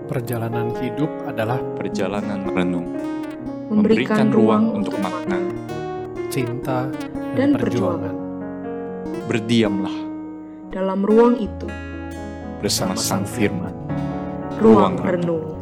Perjalanan hidup adalah perjalanan renung, memberikan ruang untuk makna. cinta dan dan perjuangan. Berdiamlah dalam ruang itu, bersama Sang Firman. ruang renung.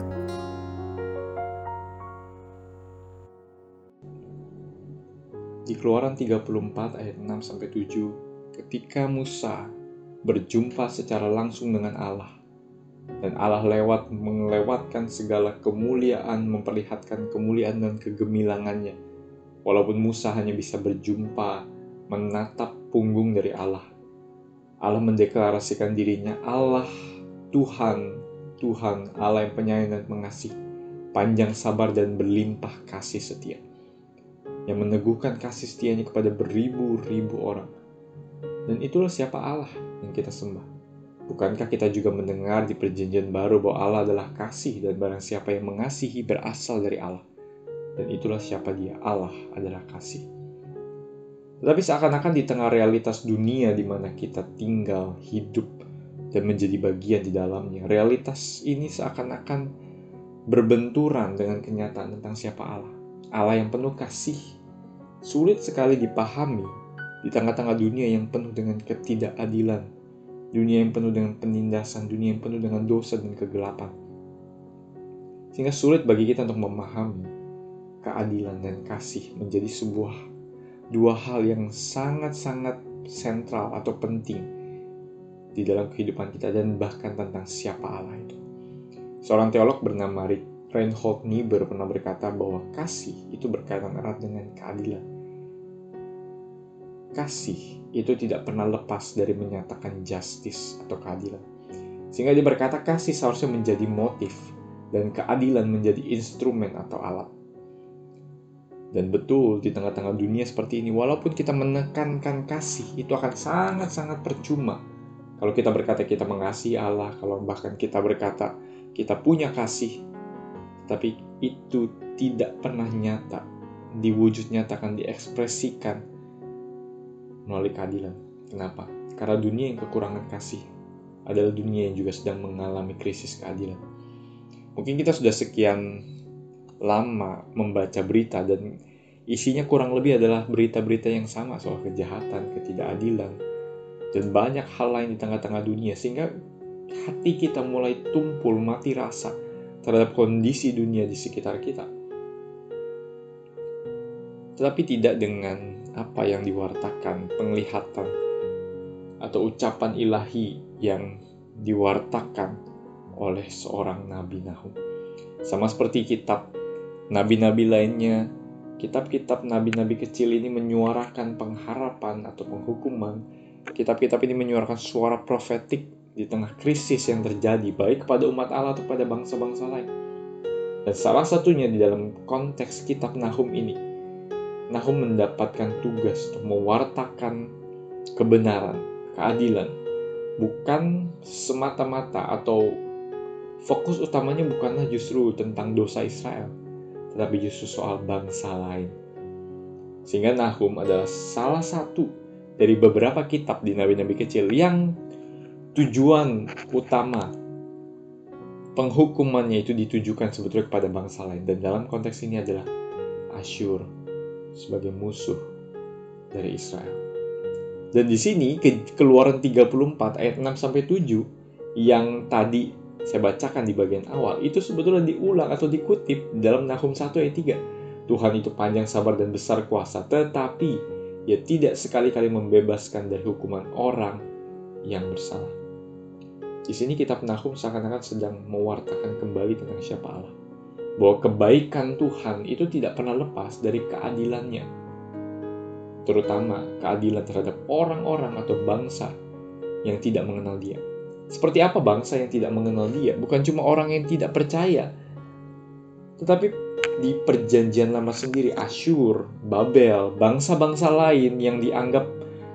Di Keluaran 34 ayat 6-7, ketika Musa berjumpa secara langsung dengan Allah, dan Allah melewatkan segala kemuliaan, memperlihatkan kemuliaan dan kegemilangannya. Walaupun Musa hanya bisa berjumpa, menatap punggung dari Allah. Allah mendeklarasikan dirinya Allah, Tuhan, Allah yang penyayang dan pengasih, panjang sabar dan berlimpah kasih setia, yang meneguhkan kasih setianya kepada beribu-ribu orang. Dan itulah siapa Allah yang kita sembah. Bukankah kita juga mendengar di perjanjian baru bahwa Allah adalah kasih, dan barang siapa yang mengasihi berasal dari Allah. Dan itulah siapa dia, Allah adalah kasih. Tetapi seakan-akan di tengah realitas dunia di mana kita tinggal, hidup, dan menjadi bagian di dalamnya, realitas ini seakan-akan berbenturan dengan kenyataan tentang siapa Allah. Allah yang penuh kasih, sulit sekali dipahami di tengah-tengah dunia yang penuh dengan ketidakadilan, dunia yang penuh dengan penindasan, dunia yang penuh dengan dosa dan kegelapan. Sehingga sulit bagi kita untuk memahami keadilan dan kasih menjadi dua hal yang sangat-sangat sentral atau penting di dalam kehidupan kita, dan bahkan tentang siapa Allah itu. Seorang teolog bernama Reinhold Niebuhr pernah berkata bahwa kasih itu berkaitan erat dengan keadilan. Kasih itu tidak pernah lepas dari menyatakan justice atau keadilan. Sehingga dia berkata kasih seharusnya menjadi motif dan keadilan menjadi instrumen atau alat. Dan betul, di tengah-tengah dunia seperti ini, walaupun kita menekankan kasih, itu akan sangat-sangat percuma. Kalau kita berkata kita mengasihi Allah, kalau bahkan kita berkata kita punya kasih, tapi itu tidak pernah nyata, diwujud nyatakan, diekspresikan melalui keadilan. Kenapa? Karena dunia yang kekurangan kasih adalah dunia yang juga sedang mengalami krisis keadilan. Mungkin kita sudah sekian lama membaca berita dan isinya kurang lebih adalah berita-berita yang sama soal kejahatan, ketidakadilan, dan banyak hal lain di tengah-tengah dunia, sehingga hati kita mulai tumpul mati rasa terhadap kondisi dunia di sekitar kita. Tetapi tidak dengan apa yang diwartakan, penglihatan atau ucapan ilahi yang diwartakan oleh seorang Nabi Nahum. Sama seperti kitab nabi-nabi lainnya, kitab-kitab nabi-nabi kecil ini menyuarakan pengharapan atau penghukuman. Kitab-kitab ini menyuarakan suara profetik di tengah krisis yang terjadi, baik kepada umat Allah atau pada bangsa-bangsa lain. Dan salah satunya di dalam konteks kitab Nahum ini, Nahum mendapatkan tugas untuk mewartakan kebenaran, keadilan, bukan semata-mata atau fokus utamanya bukanlah justru tentang dosa Israel, tetapi justru soal bangsa lain. Sehingga Nahum adalah salah satu dari beberapa kitab di nabi-nabi kecil yang tujuan utama penghukumannya itu ditujukan sebetulnya kepada bangsa lain. Dan dalam konteks ini adalah Asyur sebagai musuh dari Israel. Dan di sini Keluaran 34 ayat 6-7 yang tadi saya bacakan di bagian awal, itu sebetulnya diulang atau dikutip dalam Nahum 1 ayat 3. Tuhan itu panjang sabar dan besar kuasa, tetapi Ia tidak sekali-kali membebaskan dari hukuman orang yang bersalah. Di sini kitab Nahum seakan-akan sedang mewartakan kembali tentang siapa Allah. Bahwa kebaikan Tuhan itu tidak pernah lepas dari keadilannya. Terutama keadilan terhadap orang-orang atau bangsa yang tidak mengenal Dia. Seperti apa bangsa yang tidak mengenal Dia? Bukan cuma orang yang tidak percaya, tetapi di perjanjian lama sendiri, Asyur, Babel, bangsa-bangsa lain yang dianggap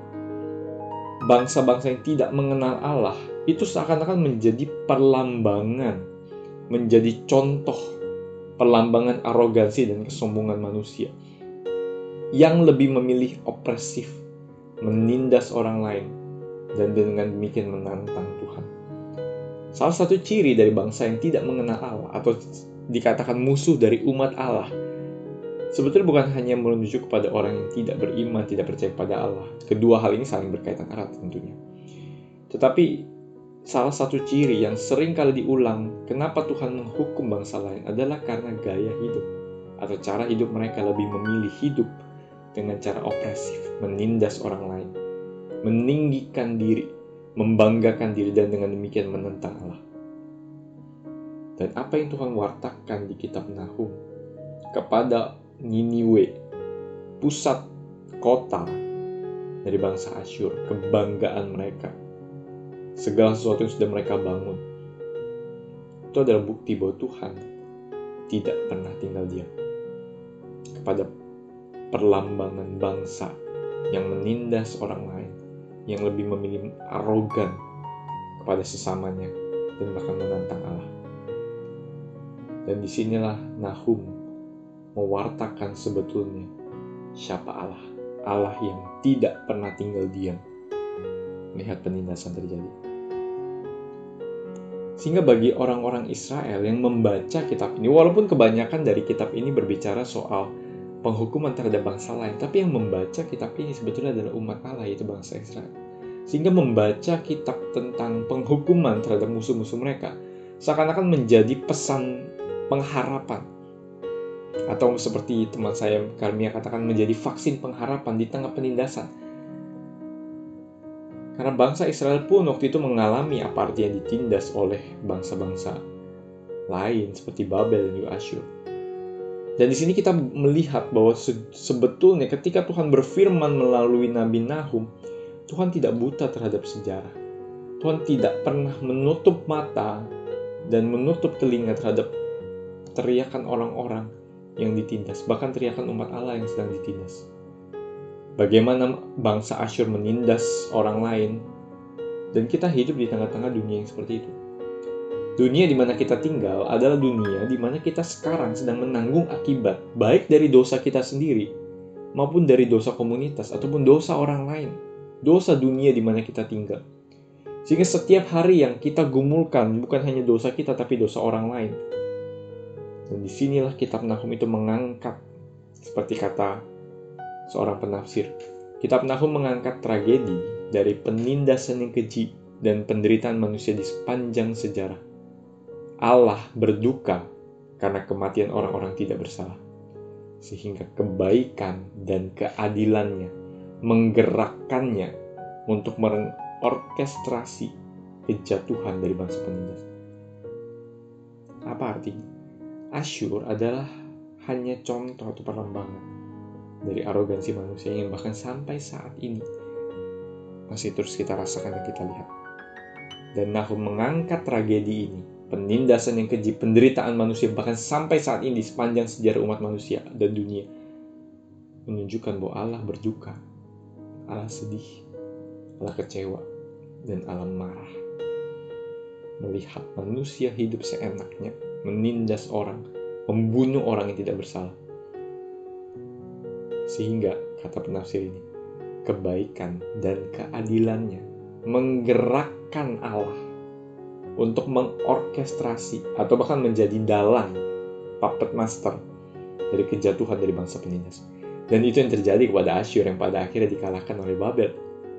bangsa-bangsa yang tidak mengenal Allah, itu seakan-akan menjadi perlambangan, menjadi contoh perlambangan arogansi dan kesombongan manusia yang lebih memilih opresif, menindas orang lain, dan dengan demikian menantang Tuhan. Salah satu ciri dari bangsa yang tidak mengenal Allah atau dikatakan musuh dari umat Allah sebetulnya bukan hanya menuju kepada orang yang tidak beriman, tidak percaya pada Allah. Kedua hal ini saling berkaitan erat tentunya. Tetapi salah satu ciri yang sering kali diulang kenapa Tuhan menghukum bangsa lain adalah karena gaya hidup atau cara hidup mereka lebih memilih hidup dengan cara opresif, menindas orang lain, meninggikan diri, membanggakan diri, dan dengan demikian menentang Allah. Dan apa yang Tuhan wartakan di kitab Nahum kepada Niniwe, pusat kota dari bangsa Asyur, kebanggaan mereka, segala sesuatu yang sudah mereka bangun, itu adalah bukti bahwa Tuhan tidak pernah tinggal diam kepada perlambangan bangsa yang menindas orang lain, yang lebih memilih arogan kepada sesamanya dan bahkan menantang Allah. Dan disinilah Nahum mewartakan sebetulnya siapa Allah. Allah yang tidak pernah tinggal diam melihat penindasan terjadi. Sehingga bagi orang-orang Israel yang membaca kitab ini, walaupun kebanyakan dari kitab ini berbicara soal penghukuman terhadap bangsa lain, tapi yang membaca kitab ini sebetulnya adalah umat Allah, yaitu bangsa Israel. Sehingga membaca kitab tentang penghukuman terhadap musuh-musuh mereka seakan-akan menjadi pesan pengharapan, atau seperti teman saya Karmia katakan, menjadi vaksin pengharapan di tengah penindasan. Karena bangsa Israel pun waktu itu mengalami apa artinya ditindas oleh bangsa-bangsa lain seperti Babel dan juga Asyur. Dan di sini kita melihat bahwa sebetulnya ketika Tuhan berfirman melalui Nabi Nahum, Tuhan tidak buta terhadap sejarah. Tuhan tidak pernah menutup mata dan menutup telinga terhadap teriakan orang-orang yang ditindas, bahkan teriakan umat Allah yang sedang ditindas. Bagaimana bangsa Asyur menindas orang lain, dan kita hidup di tengah-tengah dunia yang seperti itu. Dunia di mana kita tinggal adalah dunia di mana kita sekarang sedang menanggung akibat, baik dari dosa kita sendiri, maupun dari dosa komunitas, ataupun dosa orang lain. Dosa dunia di mana kita tinggal. Sehingga setiap hari yang kita gumulkan bukan hanya dosa kita, tapi dosa orang lain. Dan disinilah kitab Nahum itu mengangkat, seperti kata seorang penafsir, kitab Nahum mengangkat tragedi dari penindasan yang keji dan penderitaan manusia di sepanjang sejarah. Allah berduka karena kematian orang-orang tidak bersalah, sehingga kebaikan dan keadilannya menggerakkannya untuk orkestrasi kejatuhan dari bangsa penindas. Apa artinya? Asyur adalah hanya contoh atau perlambangan dari arogansi manusia yang bahkan sampai saat ini masih terus kita rasakan dan kita lihat. Dan Nahum mengangkat tragedi ini, penindasan yang keji, penderitaan manusia bahkan sampai saat ini sepanjang sejarah umat manusia dan dunia, menunjukkan bahwa Allah berduka, Allah sedih, Allah kecewa, dan Allah marah melihat manusia hidup seenaknya, menindas orang, membunuh orang yang tidak bersalah. Sehingga, kata penafsir ini, kebaikan dan keadilannya menggerakkan Allah untuk mengorkestrasi atau bahkan menjadi dalang, puppet master dari kejatuhan dari bangsa penindas. Dan itu yang terjadi kepada Asyur yang pada akhirnya dikalahkan oleh Babel.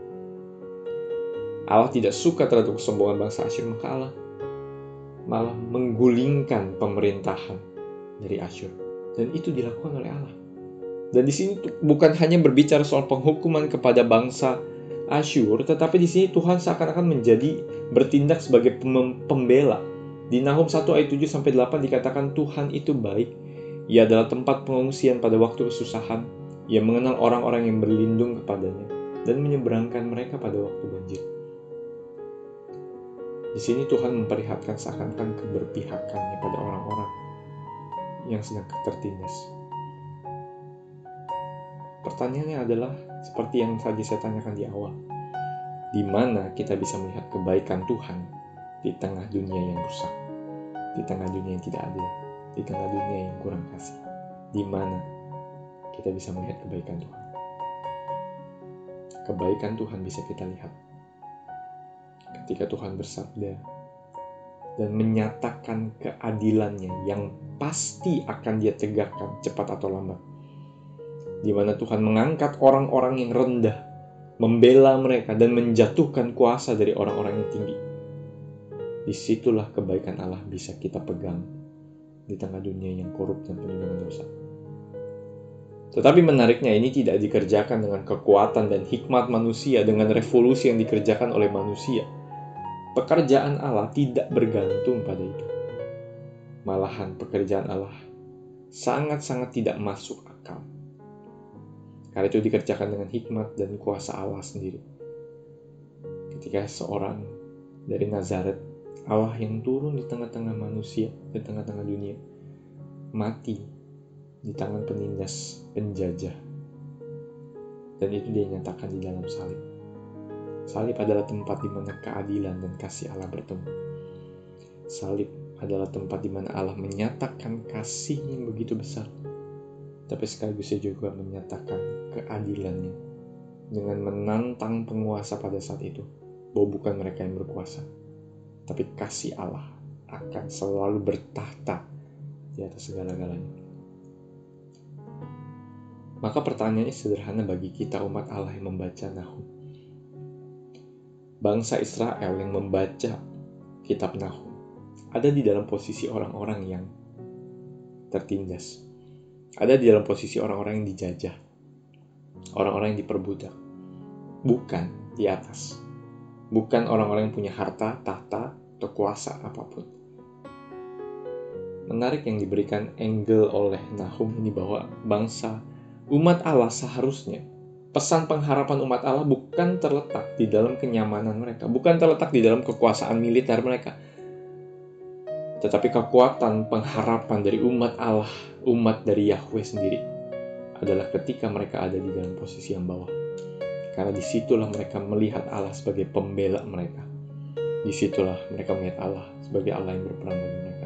Allah tidak suka terhadap kesombongan bangsa Asyur, maka Allah malah menggulingkan pemerintahan dari Asyur. Dan itu dilakukan oleh Allah. Dan di sini bukan hanya berbicara soal penghukuman kepada bangsa Asyur, tetapi di sini Tuhan seakan-akan menjadi bertindak sebagai pembela. Di Nahum 1 ayat 7-8 dikatakan Tuhan itu baik. Ia adalah tempat pengungsian pada waktu kesusahan. Ia mengenal orang-orang yang berlindung kepadanya dan menyeberangkan mereka pada waktu banjir. Di sini Tuhan memperlihatkan seakan-akan keberpihakannya pada orang-orang yang sedang tertindas. Pertanyaannya adalah seperti yang tadi saya tanyakan di awal. Di mana kita bisa melihat kebaikan Tuhan di tengah dunia yang rusak, di tengah dunia yang tidak adil, di tengah dunia yang kurang kasih? Di mana kita bisa melihat kebaikan Tuhan? Kebaikan Tuhan bisa kita lihat ketika Tuhan bersabda dan menyatakan keadilannya yang pasti akan dia tegakkan cepat atau lambat. Di mana Tuhan mengangkat orang-orang yang rendah, membela mereka dan menjatuhkan kuasa dari orang-orang yang tinggi. Disitulah kebaikan Allah bisa kita pegang di tengah dunia yang korup dan penuh dengan dosa. Tetapi menariknya ini tidak dikerjakan dengan kekuatan dan hikmat manusia, dengan revolusi yang dikerjakan oleh manusia. Pekerjaan Allah tidak bergantung pada itu. Malahan pekerjaan Allah sangat-sangat tidak masuk akal. Karena itu dikerjakan dengan hikmat dan kuasa Allah sendiri. Ketika seorang dari Nazaret, Allah yang turun di tengah-tengah manusia, di tengah-tengah dunia, mati di tangan penindas, penjajah. Dan itu dia nyatakan di dalam salib. Salib adalah tempat di mana keadilan dan kasih Allah bertemu. Salib adalah tempat di mana Allah menyatakan kasih yang begitu besar, tapi sekaligus juga menyatakan keadilannya dengan menantang penguasa pada saat itu, bahwa bukan mereka yang berkuasa, tapi kasih Allah akan selalu bertahta di atas segala-galanya. Maka pertanyaannya sederhana bagi kita umat Allah yang membaca Nahum. Bangsa Israel yang membaca kitab Nahum ada di dalam posisi orang-orang yang tertindas. Ada di dalam posisi orang-orang yang dijajah. Orang-orang yang diperbudak. Bukan di atas. Bukan orang-orang yang punya harta, tahta, atau kuasa apapun. Menarik yang diberikan angle oleh Nahum ini bahwa umat Allah seharusnya, pesan pengharapan umat Allah bukan terletak di dalam kenyamanan mereka, bukan terletak di dalam kekuasaan militer mereka, tetapi kekuatan pengharapan dari umat Allah, umat dari Yahweh sendiri, adalah ketika mereka ada di dalam posisi yang bawah. Karena disitulah mereka melihat Allah sebagai pembela mereka. Disitulah mereka melihat Allah sebagai Allah yang berperan bagi mereka.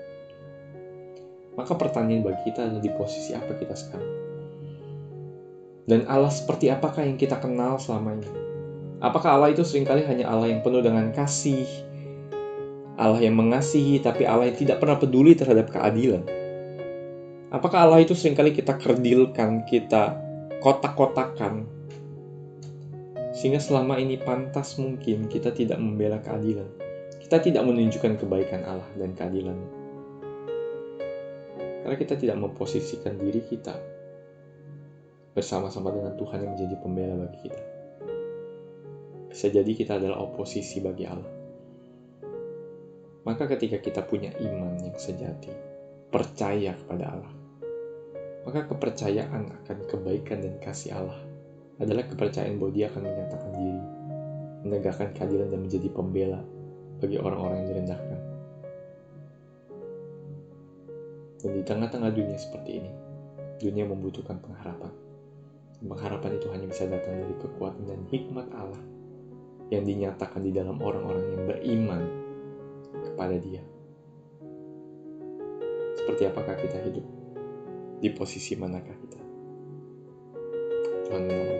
Maka pertanyaan bagi kita adalah di posisi apa kita sekarang? Dan Allah seperti apakah yang kita kenal selama ini? Apakah Allah itu seringkali hanya Allah yang penuh dengan kasih, Allah yang mengasihi, tapi Allah yang tidak pernah peduli terhadap keadilan? Apakah Allah itu seringkali kita kerdilkan, kita kotak-kotakan, sehingga selama ini pantas mungkin kita tidak membela keadilan, kita tidak menunjukkan kebaikan Allah dan keadilannya, karena kita tidak memposisikan diri kita bersama-sama dengan Tuhan yang menjadi pembela bagi kita. Bisa jadi kita adalah oposisi bagi Allah. Maka ketika kita punya iman yang sejati, percaya kepada Allah, maka kepercayaan akan kebaikan dan kasih Allah adalah kepercayaan bahwa Dia akan menyatakan diri, menegakkan keadilan dan menjadi pembela bagi orang-orang yang direndahkan. Dan di tengah-tengah dunia seperti ini, dunia membutuhkan pengharapan. Pengharapan itu hanya bisa datang dari kekuatan dan hikmat Allah yang dinyatakan di dalam orang-orang yang beriman kepada Dia. Seperti apakah kita hidup? Di posisi manakah kita? Tuhan menolong.